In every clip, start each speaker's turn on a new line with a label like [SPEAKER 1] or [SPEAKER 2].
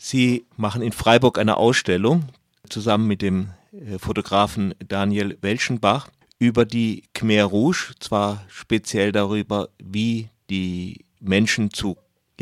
[SPEAKER 1] Sie machen in Freiburg eine Ausstellung zusammen mit dem Fotografen Daniel Welschenbach über die Khmer Rouge, zwar speziell darüber, wie die Menschen zu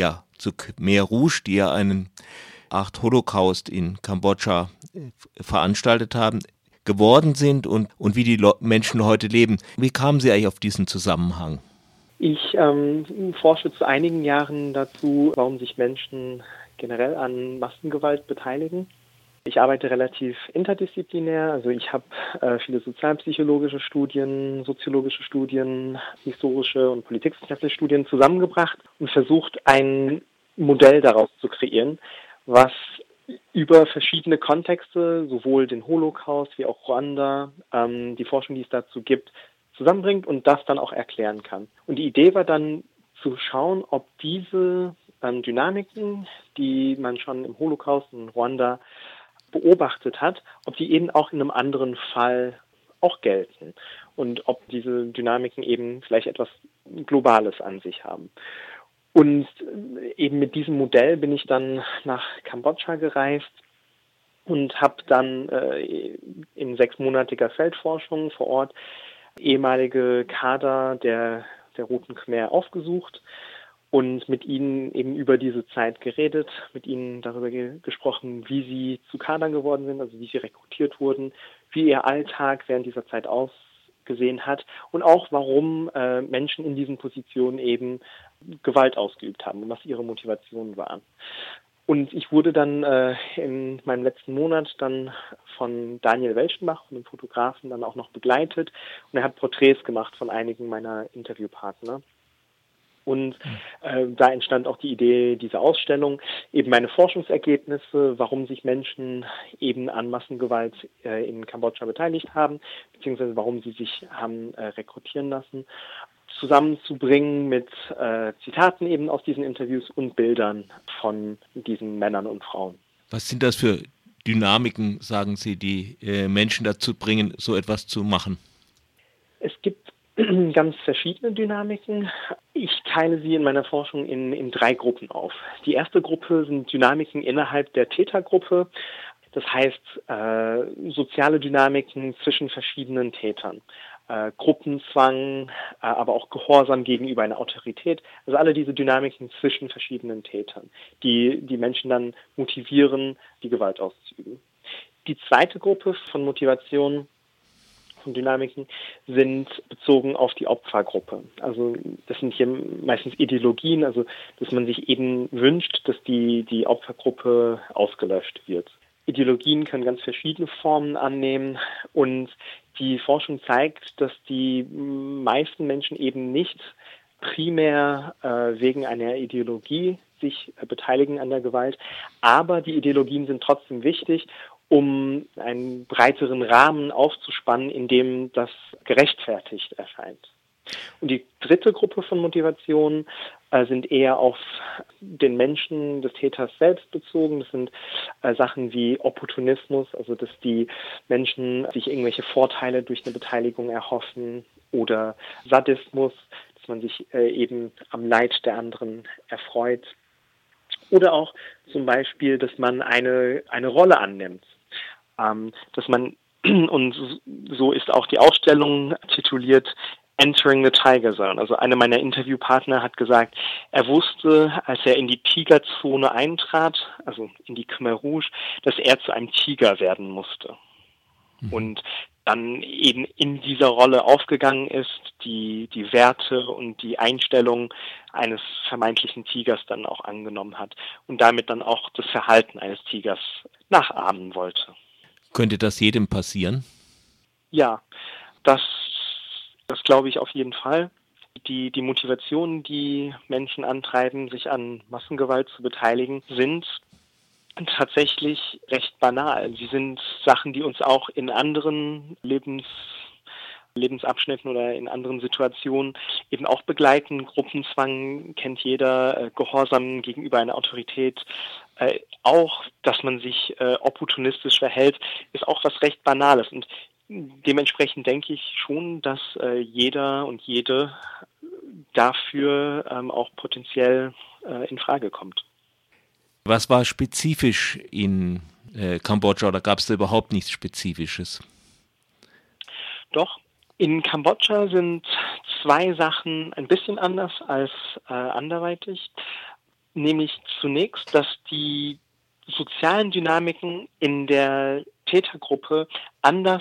[SPEAKER 1] Khmer Rouge, die ja einen Art Holocaust in Kambodscha veranstaltet haben, geworden sind und wie die Menschen heute leben. Wie kamen Sie eigentlich auf diesen Zusammenhang?
[SPEAKER 2] Ich forsche zu einigen Jahren dazu, warum sich Menschen generell an Massengewalt beteiligen. Ich arbeite relativ interdisziplinär, also ich habe viele sozialpsychologische Studien, soziologische Studien, historische und politikwissenschaftliche Studien zusammengebracht und versucht, ein Modell daraus zu kreieren, was über verschiedene Kontexte, sowohl den Holocaust wie auch Ruanda, die Forschung, die es dazu gibt, zusammenbringt und das dann auch erklären kann. Und die Idee war dann zu schauen, ob diese Dynamiken, die man schon im Holocaust in Ruanda beobachtet hat, ob die eben auch in einem anderen Fall auch gelten und ob diese Dynamiken eben vielleicht etwas Globales an sich haben. Und eben mit diesem Modell bin ich dann nach Kambodscha gereist und habe dann in 6-monatiger Feldforschung vor Ort ehemalige Kader der Roten Khmer aufgesucht und mit ihnen eben über diese Zeit geredet, mit ihnen darüber gesprochen, wie sie zu Kadern geworden sind, also wie sie rekrutiert wurden, wie ihr Alltag während dieser Zeit ausgesehen hat und auch warum Menschen in diesen Positionen eben Gewalt ausgeübt haben und was ihre Motivationen waren. Und ich wurde dann in meinem letzten Monat dann von Daniel Welschenbach, von dem Fotografen, dann auch noch begleitet und er hat Porträts gemacht von einigen meiner Interviewpartner. Und da entstand auch die Idee dieser Ausstellung, eben meine Forschungsergebnisse, warum sich Menschen eben an Massengewalt in Kambodscha beteiligt haben, beziehungsweise warum sie sich haben rekrutieren lassen, zusammenzubringen mit Zitaten eben aus diesen Interviews und Bildern von diesen Männern und Frauen.
[SPEAKER 1] Was sind das für Dynamiken, sagen Sie, die Menschen dazu bringen, so etwas zu machen?
[SPEAKER 2] Es gibt ganz verschiedene Dynamiken. Ich teile sie in meiner Forschung in 3 Gruppen auf. Die erste Gruppe sind Dynamiken innerhalb der Tätergruppe. Das heißt, soziale Dynamiken zwischen verschiedenen Tätern. Gruppenzwang, aber auch Gehorsam gegenüber einer Autorität. Also alle diese Dynamiken zwischen verschiedenen Tätern, die die Menschen dann motivieren, die Gewalt auszuüben. Die zweite Gruppe von Motivationen, von Dynamiken, sind bezogen auf die Opfergruppe. Also das sind hier meistens Ideologien, also dass man sich eben wünscht, dass die Opfergruppe ausgelöscht wird. Ideologien können ganz verschiedene Formen annehmen und die Forschung zeigt, dass die meisten Menschen eben nicht primär wegen einer Ideologie sich beteiligen an der Gewalt, aber die Ideologien sind trotzdem wichtig, um einen breiteren Rahmen aufzuspannen, in dem das gerechtfertigt erscheint. Und die dritte Gruppe von Motivationen sind eher auf den Menschen des Täters selbst bezogen. Das sind Sachen wie Opportunismus, also dass die Menschen sich irgendwelche Vorteile durch eine Beteiligung erhoffen, oder Sadismus, dass man sich eben am Leid der anderen erfreut. Oder auch zum Beispiel, dass man eine Rolle annimmt. Dass man, und so ist auch die Ausstellung tituliert, Entering the Tiger Zone. Also einer meiner Interviewpartner hat gesagt, er wusste, als er in die Tigerzone eintrat, also in die Khmer Rouge, dass er zu einem Tiger werden musste. Und dann eben in dieser Rolle aufgegangen ist, die Werte und die Einstellung eines vermeintlichen Tigers dann auch angenommen hat und damit dann auch das Verhalten eines Tigers nachahmen wollte.
[SPEAKER 1] Könnte das jedem passieren?
[SPEAKER 2] Ja, das glaube ich auf jeden Fall. Die Motivationen, die Menschen antreiben, sich an Massengewalt zu beteiligen, sind tatsächlich recht banal. Sie sind Sachen, die uns auch in anderen Lebensabschnitten oder in anderen Situationen eben auch begleiten. Gruppenzwang kennt jeder, Gehorsam gegenüber einer Autorität, auch, dass man sich opportunistisch verhält, ist auch was recht Banales. Und dementsprechend denke ich schon, dass jeder und jede dafür auch potenziell in Frage kommt.
[SPEAKER 1] Was war spezifisch in Kambodscha oder gab es da überhaupt nichts Spezifisches?
[SPEAKER 2] Doch, in Kambodscha sind zwei Sachen ein bisschen anders als anderweitig. Nämlich zunächst, dass die sozialen Dynamiken in der Tätergruppe anders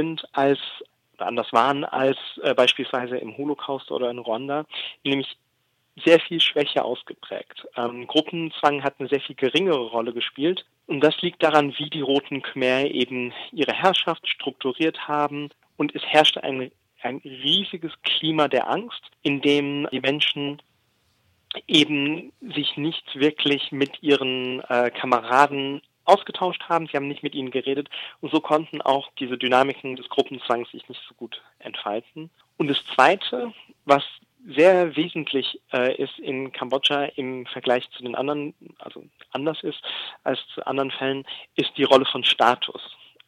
[SPEAKER 2] waren als beispielsweise im Holocaust oder in Ruanda, nämlich sehr viel schwächer ausgeprägt. Gruppenzwang hat eine sehr viel geringere Rolle gespielt und das liegt daran, wie die Roten Khmer eben ihre Herrschaft strukturiert haben und es herrschte ein riesiges Klima der Angst, in dem die Menschen eben sich nicht wirklich mit ihren Kameraden ausgetauscht haben, sie haben nicht mit ihnen geredet und so konnten auch diese Dynamiken des Gruppenzwangs sich nicht so gut entfalten. Und das Zweite, was sehr wesentlich ist in Kambodscha im Vergleich zu den anderen, also anders ist als zu anderen Fällen, ist die Rolle von Status.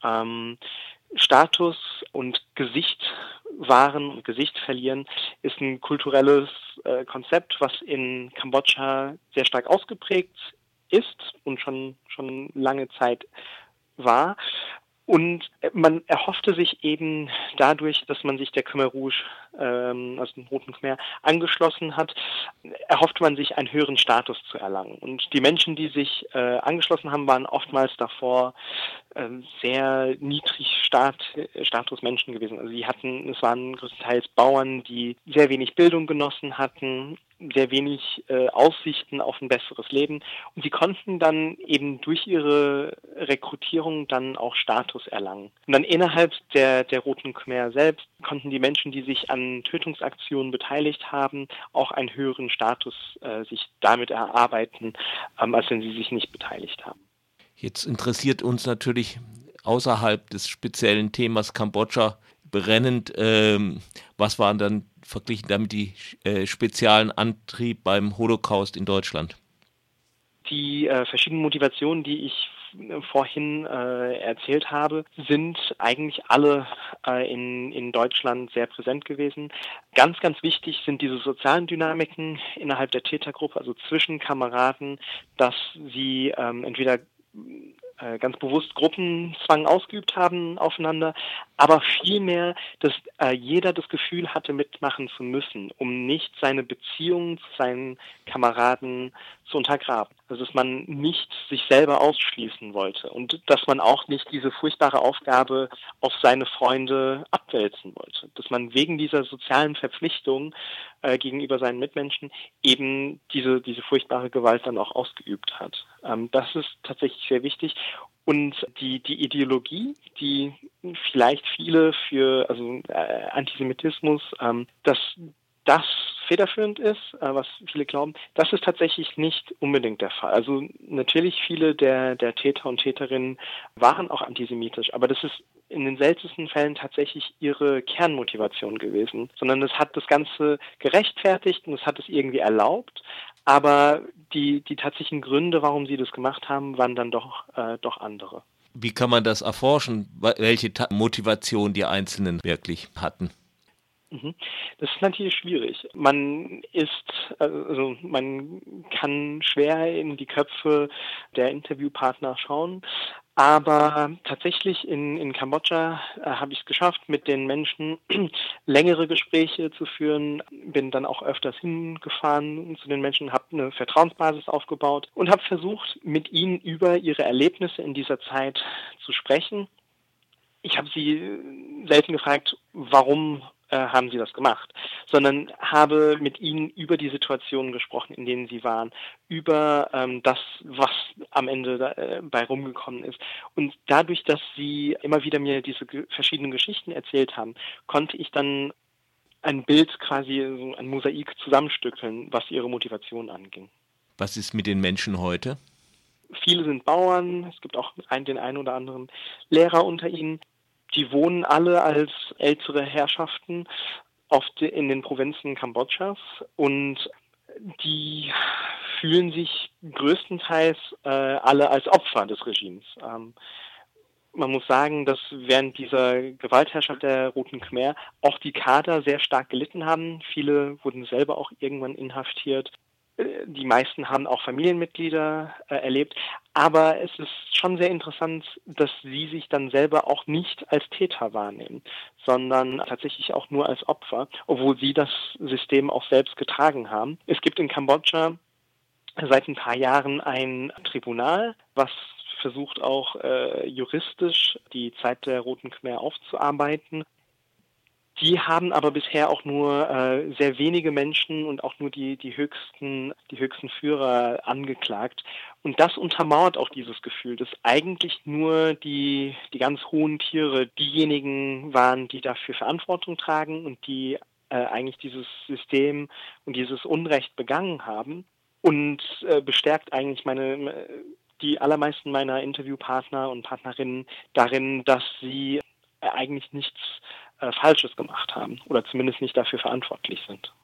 [SPEAKER 2] Status und Gesicht wahren und Gesicht verlieren ist ein kulturelles Konzept, was in Kambodscha sehr stark ausgeprägt ist und schon lange Zeit war. Und man erhoffte sich eben dadurch, dass man sich der Khmer Rouge, also den Roten Khmer, angeschlossen hat, erhoffte man sich einen höheren Status zu erlangen. Und die Menschen, die sich angeschlossen haben, waren oftmals davor sehr niedrig Statusmenschen gewesen. Also es waren größtenteils Bauern, die sehr wenig Bildung genossen hatten, sehr wenig Aussichten auf ein besseres Leben. Und sie konnten dann eben durch ihre Rekrutierung dann auch Status erlangen. Und dann innerhalb der Roten Khmer selbst konnten die Menschen, die sich an Tötungsaktionen beteiligt haben, auch einen höheren Status sich damit erarbeiten, als wenn sie sich nicht beteiligt haben.
[SPEAKER 1] Jetzt interessiert uns natürlich außerhalb des speziellen Themas Kambodscha brennend, was waren dann verglichen damit die speziellen Antrieb beim Holocaust in Deutschland?
[SPEAKER 2] Die verschiedenen Motivationen, die ich vorhin erzählt habe, sind eigentlich alle in Deutschland sehr präsent gewesen. Ganz, ganz wichtig sind diese sozialen Dynamiken innerhalb der Tätergruppe, also zwischen Kameraden, dass sie entweder ganz bewusst Gruppenzwang ausgeübt haben aufeinander, aber vielmehr, dass jeder das Gefühl hatte, mitmachen zu müssen, um nicht seine Beziehungen zu seinen Kameraden zu untergraben. Also dass man nicht sich selber ausschließen wollte und dass man auch nicht diese furchtbare Aufgabe auf seine Freunde abwälzen wollte. Dass man wegen dieser sozialen Verpflichtung gegenüber seinen Mitmenschen eben diese furchtbare Gewalt dann auch ausgeübt hat. Das ist tatsächlich sehr wichtig. Und die Ideologie, die vielleicht viele für Antisemitismus, dass das federführend ist, was viele glauben, das ist tatsächlich nicht unbedingt der Fall. Also natürlich viele der Täter und Täterinnen waren auch antisemitisch, aber das ist in den seltensten Fällen tatsächlich ihre Kernmotivation gewesen, sondern es hat das Ganze gerechtfertigt und es hat es irgendwie erlaubt, aber die tatsächlichen Gründe, warum sie das gemacht haben, waren dann doch andere.
[SPEAKER 1] Wie kann man das erforschen, welche Motivation die Einzelnen wirklich hatten?
[SPEAKER 2] Das ist natürlich schwierig. Man kann schwer in die Köpfe der Interviewpartner schauen, aber tatsächlich in Kambodscha habe ich es geschafft, mit den Menschen längere Gespräche zu führen, bin dann auch öfters hingefahren zu den Menschen, habe eine Vertrauensbasis aufgebaut und habe versucht, mit ihnen über ihre Erlebnisse in dieser Zeit zu sprechen. Ich habe sie selten gefragt, warum haben sie das gemacht, sondern habe mit ihnen über die Situationen gesprochen, in denen sie waren, über das, was am Ende bei rumgekommen ist. Und dadurch, dass sie immer wieder mir diese verschiedenen Geschichten erzählt haben, konnte ich dann ein Bild, quasi so ein Mosaik zusammenstückeln, was ihre Motivation anging.
[SPEAKER 1] Was ist mit den Menschen heute?
[SPEAKER 2] Viele sind Bauern, es gibt auch den einen oder anderen Lehrer unter ihnen. Die wohnen alle als ältere Herrschaften in den Provinzen Kambodschas und die fühlen sich größtenteils alle als Opfer des Regimes. Man muss sagen, dass während dieser Gewaltherrschaft der Roten Khmer auch die Kader sehr stark gelitten haben. Viele wurden selber auch irgendwann inhaftiert. Die meisten haben auch Familienmitglieder erlebt. Aber es ist schon sehr interessant, dass sie sich dann selber auch nicht als Täter wahrnehmen, sondern tatsächlich auch nur als Opfer, obwohl sie das System auch selbst getragen haben. Es gibt in Kambodscha seit ein paar Jahren ein Tribunal, was versucht auch juristisch die Zeit der Roten Khmer aufzuarbeiten. Die haben aber bisher auch nur sehr wenige Menschen und auch nur die höchsten Führer angeklagt. Und das untermauert auch dieses Gefühl, dass eigentlich nur die ganz hohen Tiere diejenigen waren, die dafür Verantwortung tragen und die eigentlich dieses System und dieses Unrecht begangen haben. Und bestärkt eigentlich die allermeisten meiner Interviewpartner und Partnerinnen darin, dass sie eigentlich nichts Falsches gemacht haben oder zumindest nicht dafür verantwortlich sind.